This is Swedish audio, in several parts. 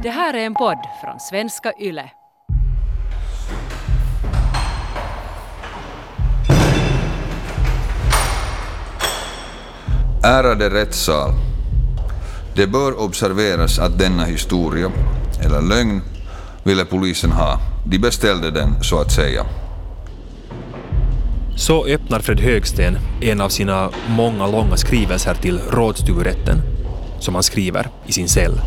Det här är en podd från Svenska Yle. Ärade rättssal. Det bör observeras att denna historia, eller lögn, ville polisen ha. De beställde den, så att säga. Så öppnar Fred Högsten en av sina många långa skrivelser till rådstuvrätten, som han skriver i sin cell.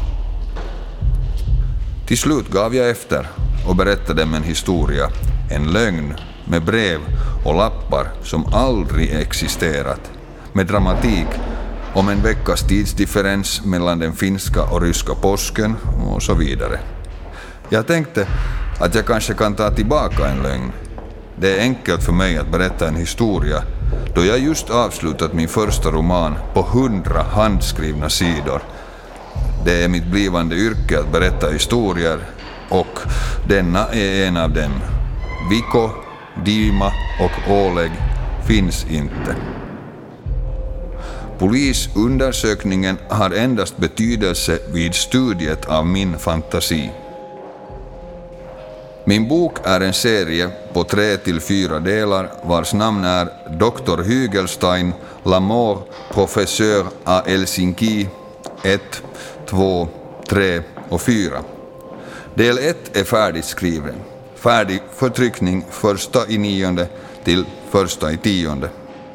Till slut gav jag efter och berättade dem en historia, en lögn med brev och lappar som aldrig existerat, med dramatik om en veckas tidsdifferens mellan den finska och ryska påsken och så vidare. Jag tänkte att jag kanske kan ta tillbaka en lögn. Det är enkelt för mig att berätta en historia då jag just avslutat min första roman på 100 handskrivna sidor. Det är mitt blivande yrke att berätta historier, och denna är en av dem. Viko, Dima och Oleg finns inte. Polisundersökningen har endast betydelse vid studiet av min fantasi. Min bok är en serie på 3-4 delar vars namn är Dr. Hygelstein, L'amour, professeur à Helsinki 1, 2, 3 och 4. Del 1 är färdigt skriven. Färdig för tryckning 1/9 till 1/10.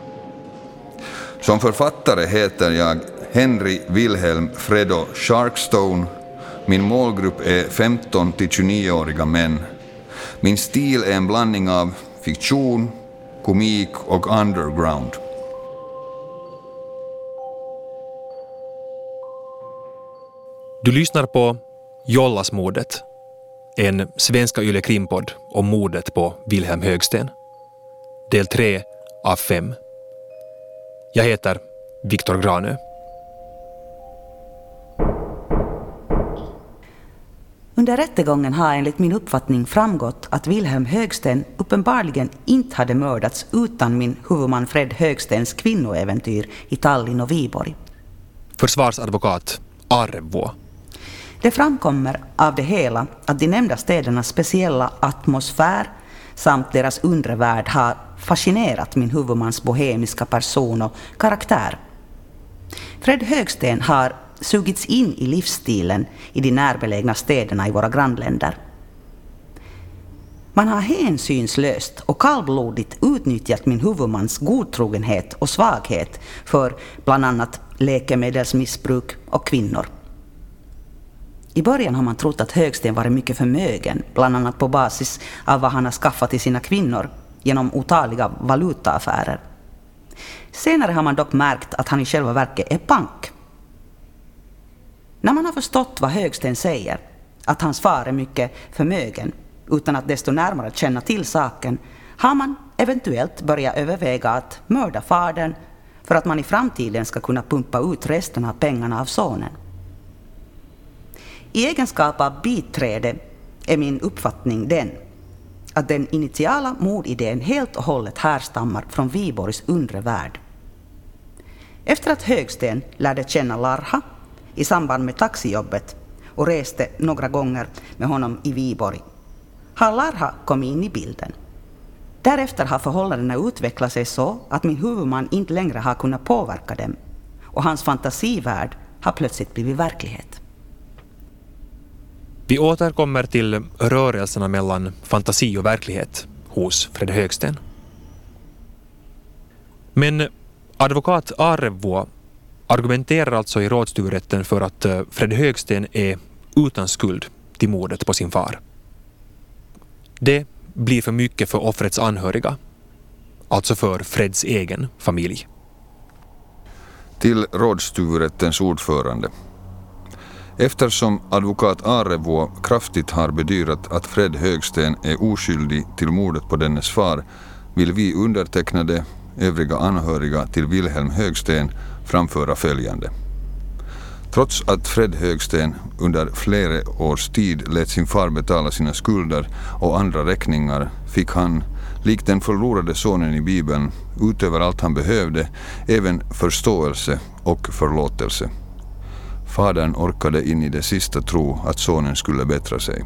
Som författare heter jag Henry Wilhelm Fredo Sharkstone. Min målgrupp är 15-29-åriga män. Min stil är en blandning av fiktion, komik och underground. Du lyssnar på Jollasmordet, en Svenska Yle krimpodd om mordet på Wilhelm Högsten. Del 3 av 5. Jag heter Viktor Granö. Under rättegången har enligt min uppfattning framgått att Wilhelm Högsten uppenbarligen inte hade mördats utan min huvudman Fred Högstens kvinnoäventyr i Tallinn och Viborg. Försvarsadvokat Arvo. Det framkommer av det hela att de nämnda städernas speciella atmosfär samt deras undre värld har fascinerat min huvudmans bohemiska person och karaktär. Fred Högsten har sugits in i livsstilen i de närbelägna städerna i våra grannländer. Man har hänsynslöst och kallblodigt utnyttjat min huvudmans godtrogenhet och svaghet för bland annat läkemedelsmissbruk och kvinnor. I början har man trott att Högsten varit mycket förmögen, bland annat på basis av vad han har skaffat till sina kvinnor genom otaliga valutaaffärer. Senare har man dock märkt att han i själva verket är pank. När man har förstått vad Högsten säger, att hans far är mycket förmögen, utan att desto närmare känna till saken, har man eventuellt börjat överväga att mörda fadern för att man i framtiden ska kunna pumpa ut resten av pengarna av sonen. I egenskap av biträde är min uppfattning den att den initiala mordidén helt och hållet härstammar från Viborgs undre värld. Efter att Högsten lärde känna Larha i samband med taxijobbet och reste några gånger med honom i Viborg, har Larha kommit in i bilden. Därefter har förhållandena utvecklat sig så att min huvudman inte längre har kunnat påverka dem, och hans fantasivärld har plötsligt blivit verklighet. Vi återkommer till rörelserna mellan fantasi och verklighet hos Fred Högsten. Men advokat Arvo argumenterar alltså i rådstuvrätten för att Fred Högsten är utan skuld till mordet på sin far. Det blir för mycket för offrets anhöriga, alltså för Freds egen familj. Till rådstuvrättens ordförande. Eftersom advokat Arvo kraftigt har bedyrat att Fred Högsten är oskyldig till mordet på dennes far, vill vi undertecknade övriga anhöriga till Wilhelm Högsten framföra följande. Trots att Fred Högsten under flera års tid lät sin far betala sina skulder och andra räkningar, fick han, likt den förlorade sonen i Bibeln, utöver allt han behövde, även förståelse och förlåtelse. Fadern orkade in i det sista tro att sonen skulle bättra sig.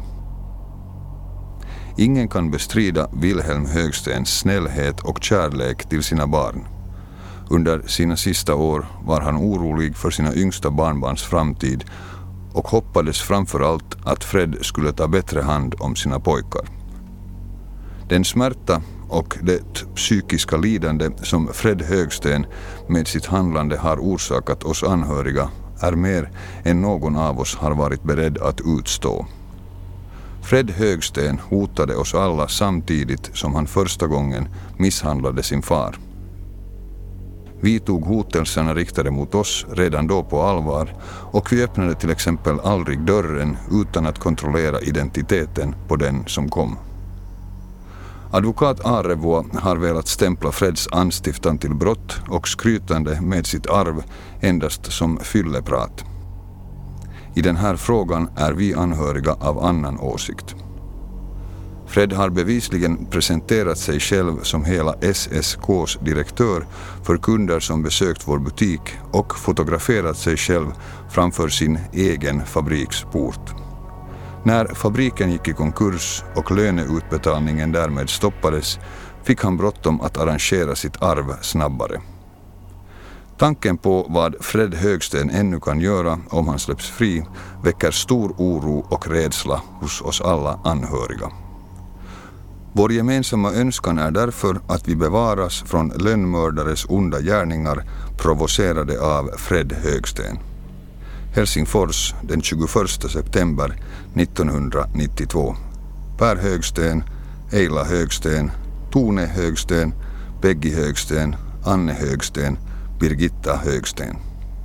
Ingen kan bestrida Wilhelm Högstens snällhet och kärlek till sina barn. Under sina sista år var han orolig för sina yngsta barnbarns framtid och hoppades framförallt att Fred skulle ta bättre hand om sina pojkar. Den smärta och det psykiska lidande som Fred Högsten med sitt handlande har orsakat oss anhöriga är mer än någon av oss har varit beredd att utstå. Fred Högsten hotade oss alla samtidigt som han första gången misshandlade sin far. Vi tog hotelserna riktade mot oss redan då på allvar och vi öppnade till exempel aldrig dörren utan att kontrollera identiteten på den som kom. Advokat Arevoa har velat stämpla Freds anstiftan till brott och skrytande med sitt arv endast som fylleprat. I den här frågan är vi anhöriga av annan åsikt. Fred har bevisligen presenterat sig själv som hela SSKs direktör för kunder som besökt vår butik och fotograferat sig själv framför sin egen fabriksport. När fabriken gick i konkurs och löneutbetalningen därmed stoppades fick han bråttom att arrangera sitt arv snabbare. Tanken på vad Fred Högsten ännu kan göra om han släpps fri väcker stor oro och rädsla hos oss alla anhöriga. Vår gemensamma önskan är därför att vi bevaras från lönnmördares onda gärningar provocerade av Fred Högsten. Helsingfors den 21 september 1992. Per Högsten, Eila Högsten, Tone Högsten, Peggy Högsten, Anne Högsten, Birgitta Högsten.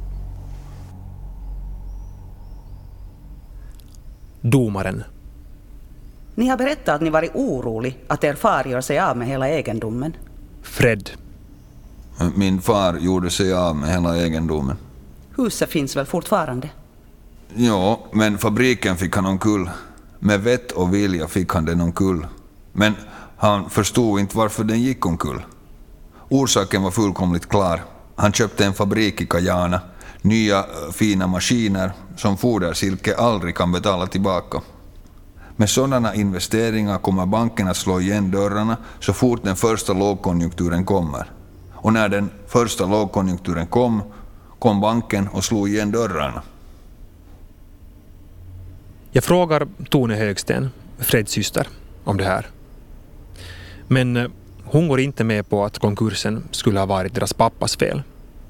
Domaren. Ni har berättat att ni varit orolig att er far gör sig av med hela egendomen. Fred. Min far gjorde sig av med hela egendomen. Huset finns väl fortfarande? Ja, men fabriken fick han omkull. Med vett och vilja fick han den omkull. Men han förstod inte varför den gick omkull. Orsaken var fullkomligt klar. Han köpte en fabrik i Kajana. Nya fina maskiner som fodersilke aldrig kan betala tillbaka. Med sådana investeringar kommer banken att slå igen dörrarna så fort den första lågkonjunkturen kommer. Och när den första lågkonjunkturen kom banken och slog igen dörrarna. Jag frågar Tone Högsten, Freds syster, om det här. Men hon går inte med på att konkursen skulle ha varit deras pappas fel.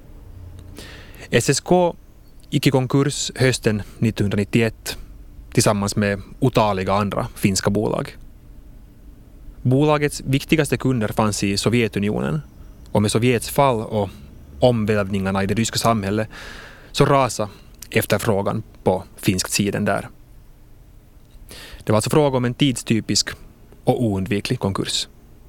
SSK gick i konkurs hösten 1991 tillsammans med otaliga andra finska bolag. Bolagets viktigaste kunder fanns i Sovjetunionen och med Sovjets fall och omvälvningarna i det ryska samhället så rasade efterfrågan på finskt sidan där. Det var alltså fråga om en tidstypisk och oundviklig konkurs.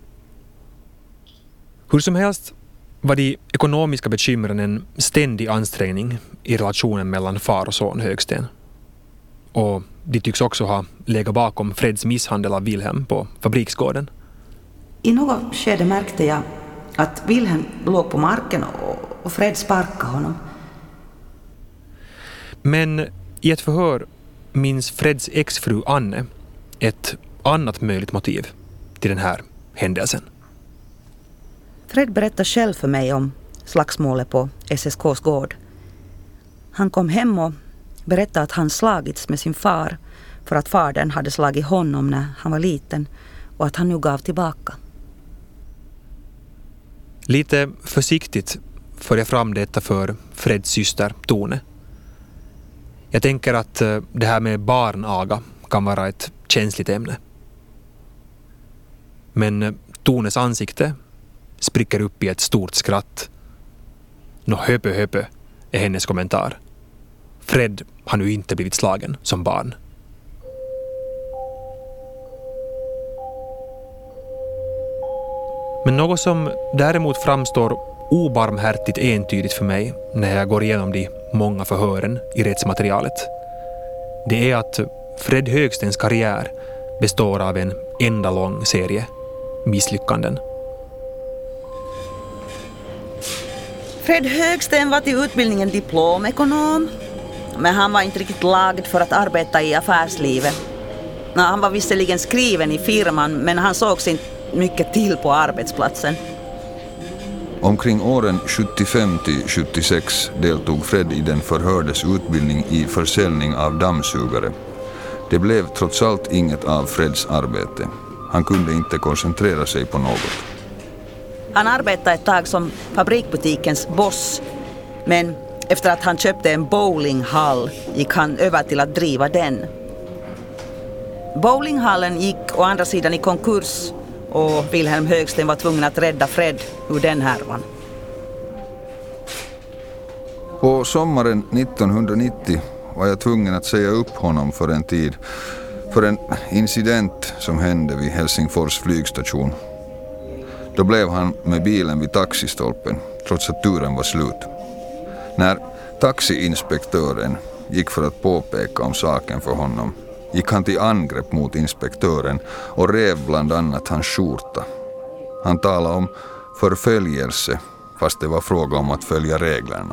Hur som helst var de ekonomiska bekymren en ständig ansträngning i relationen mellan far och son Högsten. Och de tycks också ha legat bakom Freds misshandel av Wilhelm på fabriksgården. I något skede märkte jag att Wilhelm låg på marken och Fred sparkade honom. Men i ett förhör minns Freds exfru Anne ett annat möjligt motiv till den här händelsen. Fred berättade själv för mig om slagsmålet på SSKs gård. Han kom hem och berättade att han slagits med sin far för att fadern hade slagit honom när han var liten och att han nu gav tillbaka. Lite försiktigt för jag fram detta för Freds syster Tone. Jag tänker att det här med barnaga kan vara ett känsligt ämne. Men Tones ansikte spricker upp i ett stort skratt. Nå höpö är hennes kommentar. Fred har nu inte blivit slagen som barn. Men något som däremot framstår obarmhärtigt entydigt för mig när jag går igenom de många förhören i rättsmaterialet, det är att Fred Högstens karriär består av en enda lång serie misslyckanden. Fred Högsten var till utbildningen diplomekonom. men han var inte riktigt lagd för att arbeta i affärslivet. Han var visserligen skriven i firman, men han sågs inte mycket till på arbetsplatsen. Omkring åren 75-76 deltog Fred i den förhördes utbildning i försäljning av dammsugare. Det blev trots allt inget av Freds arbete. Han kunde inte koncentrera sig på något. Han arbetade ett tag som fabrikbutikens boss, men efter att han köpte en bowlinghall gick han över till att driva den. Bowlinghallen gick å andra sidan i konkurs och Wilhelm Högsten var tvungen att rädda Fred ur den härvan. På sommaren 1990 var jag tvungen att säga upp honom för en tid för en incident som hände vid Helsingfors flygstation. Då blev han med bilen vid taxistolpen trots att turen var slut. När taxiinspektören gick för att påpeka om saken för honom gick han till angrepp mot inspektören och rev bland annat hans skjorta. Han talade om förföljelse fast det var fråga om att följa reglerna.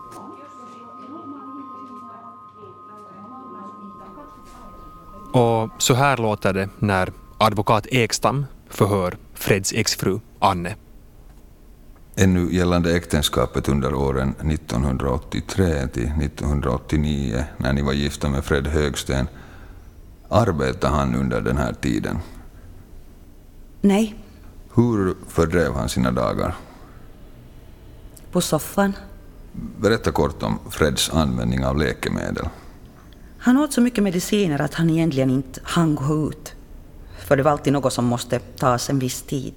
Och så här låter det när advokat Ekstam förhör Freds exfru Anne. Ännu gällande äktenskapet under åren 1983 till 1989 när ni var gifta med Fred Högsten, arbetade han under den här tiden? Nej. Hur fördrev han sina dagar? På soffan. Berätta kort om Freds användning av läkemedel. Han åt så mycket mediciner att han egentligen inte hann gå ut. För det var alltid något som måste tas en viss tid.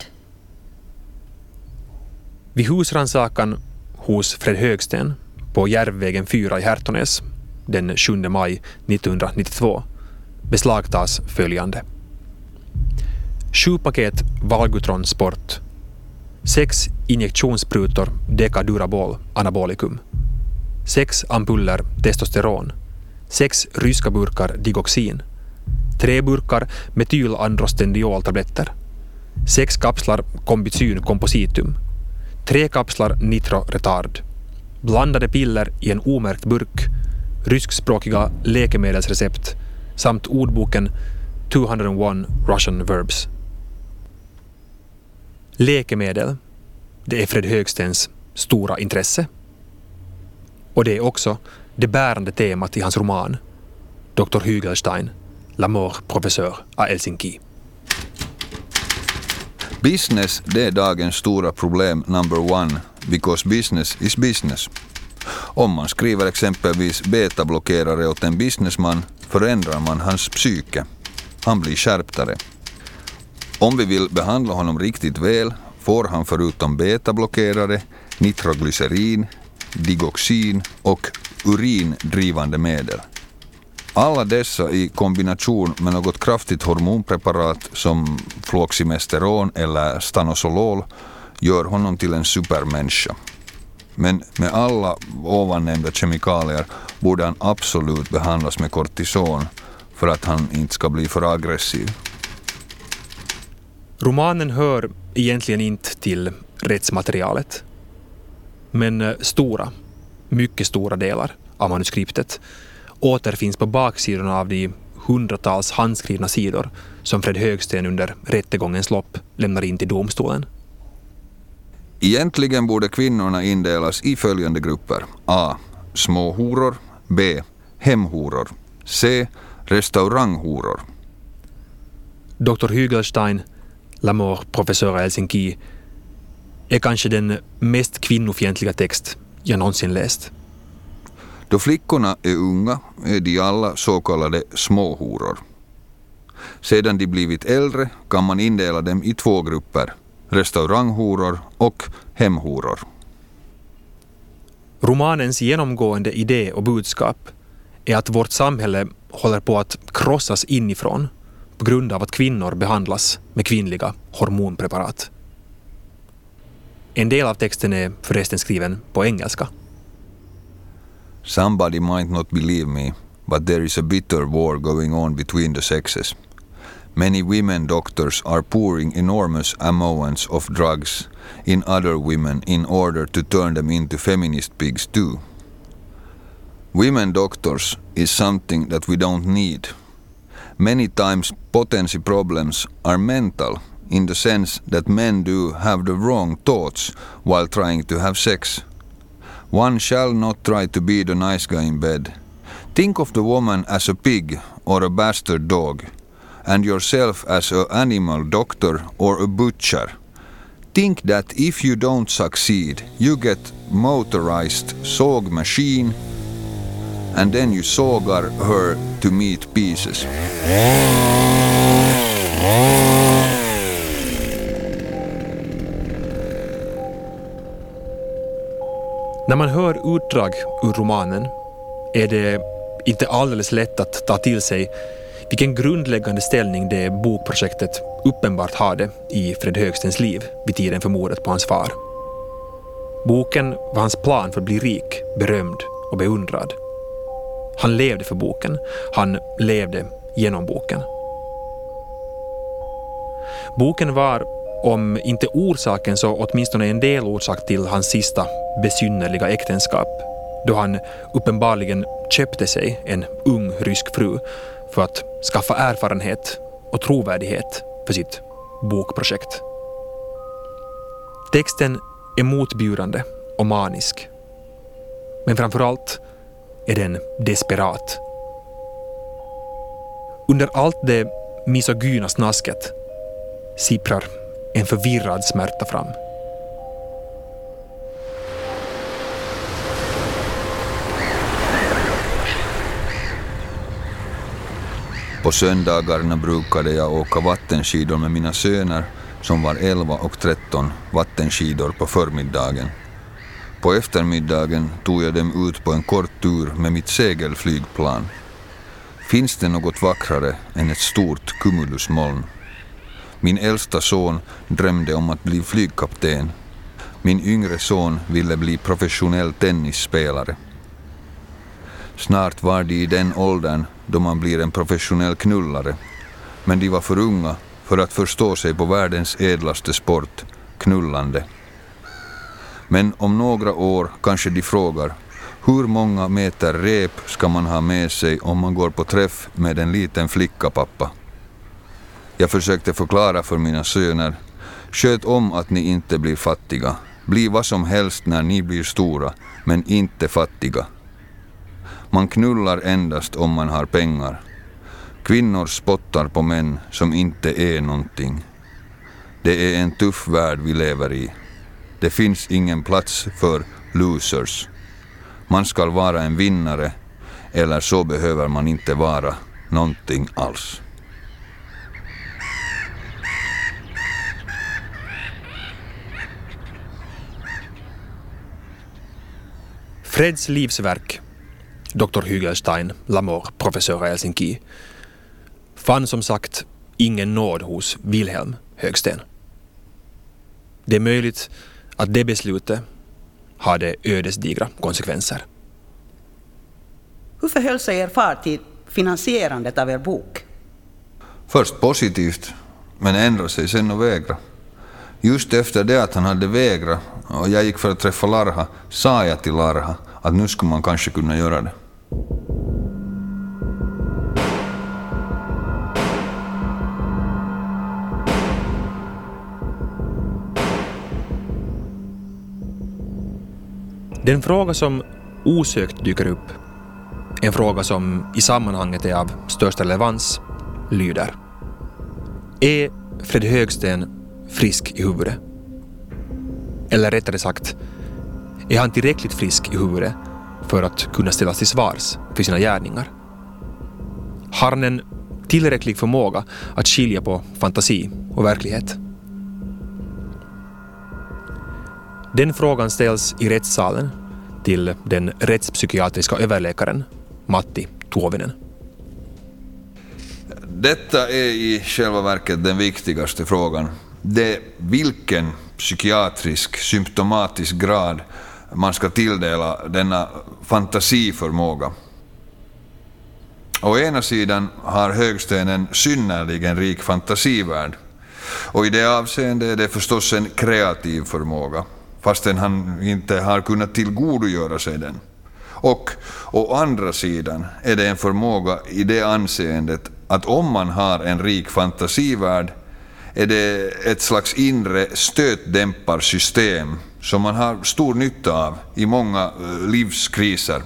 Vid husrannsakan hos Fred Högsten på Järvvägen 4 i Härtonäs den 7 maj 1992 beslagtas följande: 7 paket Valgutron Sport, 6 injektionssprutor Decadurabol anabolicum, 6 ampuller testosteron, 6 ryska burkar digoxin, 3 burkar metylandrostendioltabletter, 6 kapslar Combicyn compositum, 3 kapslar Nitro Retard, blandade piller i en omärkt burk, ryskspråkiga läkemedelsrecept samt ordboken 201 Russian Verbs. Läkemedel, det är Fred Högstens stora intresse. Och det är också det bärande temat i hans roman Dr. Hügelstein, La mort professeur à Helsinki. Business, det är dagens stora problem number 1, because business is business. Om man skriver exempelvis betablockerare åt en businessman förändrar man hans psyke. Han blir skärptare. Om vi vill behandla honom riktigt väl får han förutom betablockerare, nitroglycerin, digoxin och urindrivande medel. Alla dessa i kombination med något kraftigt hormonpreparat som floximesteron eller stanosolol gör honom till en supermänniska. Men med alla ovannämnda kemikalier borde han absolut behandlas med kortison för att han inte ska bli för aggressiv. Romanen hör egentligen inte till rättsmaterialet. Men mycket stora delar av manuskriptet återfinns på baksidan av de hundratals handskrivna sidor som Fred Högsten under rättegångens lopp lämnar in till domstolen. Egentligen borde kvinnorna indelas i följande grupper: A. Småhoror, B. Hemhoror, C. Restauranghoror. Dr. Hügelstein, La mort professeur à Helsinki är kanske den mest kvinnofientliga text jag någonsin läst. Då flickorna är unga är de alla så kallade småhoror. Sedan de blivit äldre kan man indela dem i 2 grupper: restauranghoror och hemhoror. Romanens genomgående idé och budskap är att vårt samhälle håller på att krossas inifrån på grund av att kvinnor behandlas med kvinnliga hormonpreparat. En del av texten är förresten skriven på engelska. Somebody might not believe me, but there is a bitter war going on between the sexes. Many women doctors are pouring enormous amounts of drugs in other women in order to turn them into feminist pigs too. Women doctors is something that we don't need. Many times potency problems are mental in the sense that men do have the wrong thoughts while trying to have sex. One shall not try to be the nice guy in bed. Think of the woman as a pig or a bastard dog, and yourself as an animal doctor or a butcher. Think that if you don't succeed, you get motorized såg machine, and then you sågar her to meat pieces. När man hör utdrag ur romanen är det inte alldeles lätt att ta till sig vilken grundläggande ställning det bokprojektet uppenbart hade i Fred Högstens liv vid tiden för mordet på hans far. Boken var hans plan för att bli rik, berömd och beundrad. Han levde för boken, han levde genom boken. Boken var, om inte orsaken så åtminstone en del orsak till hans sista besynnerliga äktenskap, då han uppenbarligen köpte sig en ung rysk fru för att skaffa erfarenhet och trovärdighet för sitt bokprojekt. Texten är motbjudande och manisk, men framförallt är den desperat. Under allt det misogyna snasket sipprar en förvirrad smärta fram. På söndagarna brukade jag åka vattenskidor med mina söner som var 11 och 13 vattenskidor på förmiddagen. På eftermiddagen tog jag dem ut på en kort tur med mitt segelflygplan. Finns det något vackrare än ett stort cumulusmoln? Min äldsta son drömde om att bli flygkapten. Min yngre son ville bli professionell tennisspelare. Snart var de i den åldern då man blir en professionell knullare, men de var för unga för att förstå sig på världens ädlaste sport, knullande. Men om några år kanske de frågar, hur många meter rep ska man ha med sig om man går på träff med en liten flicka, pappa? Jag försökte förklara för mina söner, sköt om att ni inte blir fattiga. Bli vad som helst när ni blir stora, men inte fattiga. Man knullar endast om man har pengar. Kvinnor spottar på män som inte är någonting. Det är en tuff värld vi lever i. Det finns ingen plats för losers. Man ska vara en vinnare, eller så behöver man inte vara någonting alls. Freds livsverk, Dr. Hügelstein, Lamour-professor i Helsinki, fann som sagt ingen nåd hos Wilhelm Högsten. Det är möjligt att det beslutet hade ödesdigra konsekvenser. Hur förhöll sig er far till finansierandet av er bok? Först positivt, men ändrade sig sen och vägra. Just efter det att han hade vägrat och jag gick för att träffa Larha, sa jag till Larha att nu skulle man kanske kunna göra det. Den fråga som osökt dyker upp, en fråga som i sammanhanget är av största relevans, lyder: är Fred Högsten frisk i huvudet? Eller rättare sagt, är han tillräckligt frisk i huvudet för att kunna ställas till svars för sina gärningar? Har han en tillräcklig förmåga att skilja på fantasi och verklighet? Den frågan ställs i rättssalen till den rättspsykiatriska överläkaren Matti Tuovinen. Detta är i själva verket den viktigaste frågan. Det är vilken psykiatrisk, symptomatisk grad man ska tilldela denna fantasiförmåga. Å ena sidan har Högsten en synnerligen rik fantasivärld. Och i det avseendet är det förstås en kreativ förmåga, fastän han inte har kunnat tillgodogöra sig den. Och å andra sidan är det en förmåga i det anseendet att om man har en rik fantasivärld är det ett slags inre stötdämparsystem som man har stor nytta av i många livskriser.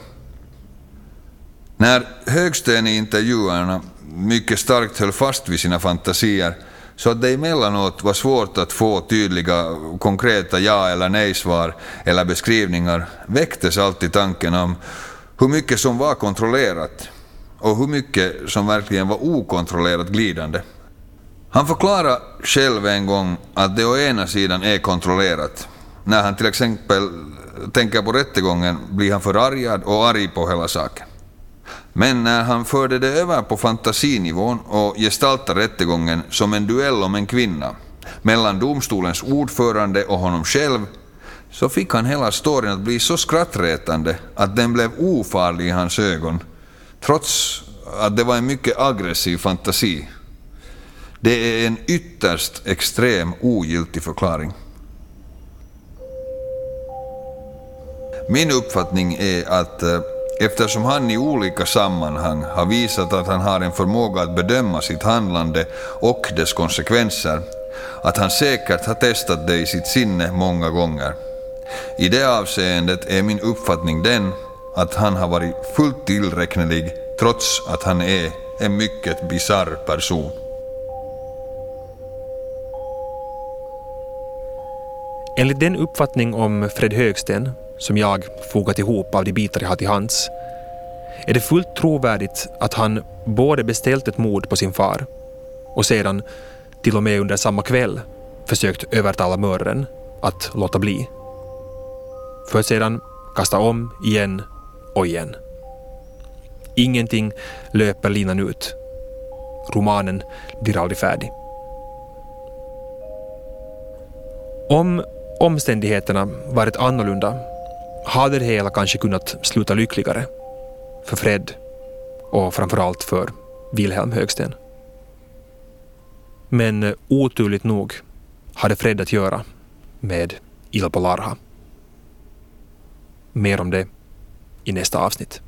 När Högsten i intervjuerna mycket starkt höll fast vid sina fantasier så att det emellanåt var svårt att få tydliga, konkreta ja- eller nej-svar eller beskrivningar väcktes alltid tanken om hur mycket som var kontrollerat och hur mycket som verkligen var okontrollerat glidande. Han förklarade själv en gång att det å ena sidan är kontrollerat. När han till exempel tänker på rättegången blir han förargad och arg på hela saken. Men när han förde det över på fantasinivån och gestaltade rättegången som en duell om en kvinna mellan domstolens ordförande och honom själv så fick han hela storyn att bli så skrattretande att den blev ofarlig i hans ögon trots att det var en mycket aggressiv fantasi. Det är en ytterst extrem ogiltig förklaring. Min uppfattning är att eftersom han i olika sammanhang har visat att han har en förmåga att bedöma sitt handlande och dess konsekvenser, att han säkert har testat det i sitt sinne många gånger. I det avseendet är min uppfattning den att han har varit fullt tillräknelig trots att han är en mycket bizarr person. Enligt den uppfattning om Fred Högsten som jag fogat ihop av de bitar jag har till hands är det fullt trovärdigt att han både beställt ett mord på sin far och sedan till och med under samma kväll försökt övertala mördaren att låta bli. För att sedan kasta om igen och igen. Ingenting löper linan ut. Romanen blir aldrig färdig. Om omständigheterna varit annorlunda hade det hela kanske kunnat sluta lyckligare för Fred och framförallt för Wilhelm Högsten. Men oturligt nog hade Fred att göra med Ilpo Larha. Mer om det i nästa avsnitt.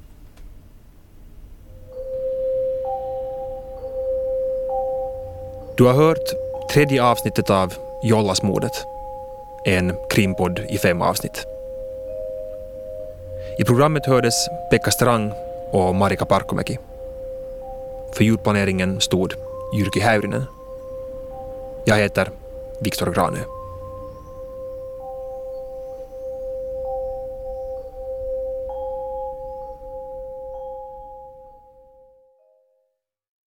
Du har hört 3:e avsnittet av Jollasmordet, en krimpodd i 5 avsnitt. I programmet hördes Pekka Strang och Marika Parkomäki. För ljudplaneringen stod Jyrki Häyrinen. Jag heter Viktor Granö.